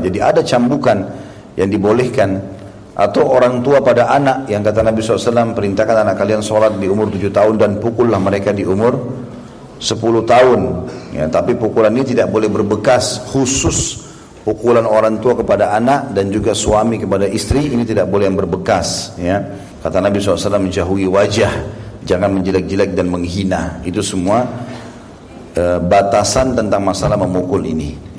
Jadi ada cambukan yang dibolehkan, atau orang tua pada anak yang kata Nabi SAW, perintahkan anak kalian sholat di umur 7 tahun dan pukullah mereka di umur 10 tahun. Ya, tapi pukulan ini tidak boleh berbekas, khusus pukulan orang tua kepada anak dan juga suami kepada istri ini tidak boleh yang berbekas. Ya, kata Nabi SAW, menjauhi wajah, jangan menjelek-jelek dan menghina. Itu semua batasan tentang masalah memukul ini.